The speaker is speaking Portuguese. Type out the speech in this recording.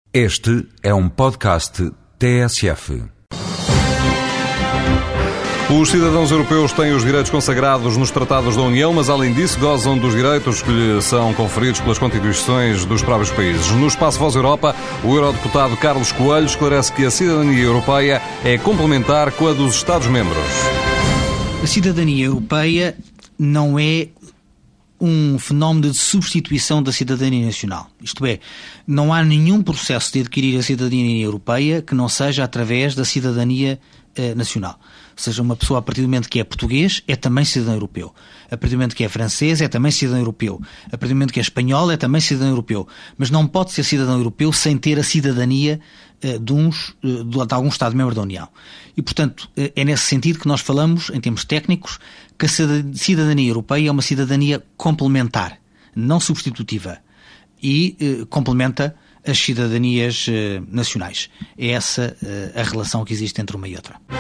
Este é um podcast TSF. Os cidadãos europeus têm os direitos consagrados nos tratados da União, mas além disso gozam dos direitos que lhe são conferidos pelas constituições dos próprios países. No Espaço Voz Europa, o eurodeputado Carlos Coelho esclarece que a cidadania europeia é complementar com a dos Estados-membros. A cidadania europeia não é um fenómeno de substituição da cidadania nacional. Isto é, não há nenhum processo de adquirir a cidadania europeia que não seja através da cidadania nacional. Ou seja, uma pessoa, a partir do momento que é português, é também cidadão europeu. A partir do momento que é francês, é também cidadão europeu. A partir do momento que é espanhol, é também cidadão europeu. Mas não pode ser cidadão europeu sem ter a cidadania de algum Estado-membro da União. E, portanto, é nesse sentido que nós falamos, em termos técnicos, que a cidadania europeia é uma cidadania complementar, não substitutiva, e complementa as cidadanias nacionais. É essa a relação que existe entre uma e outra.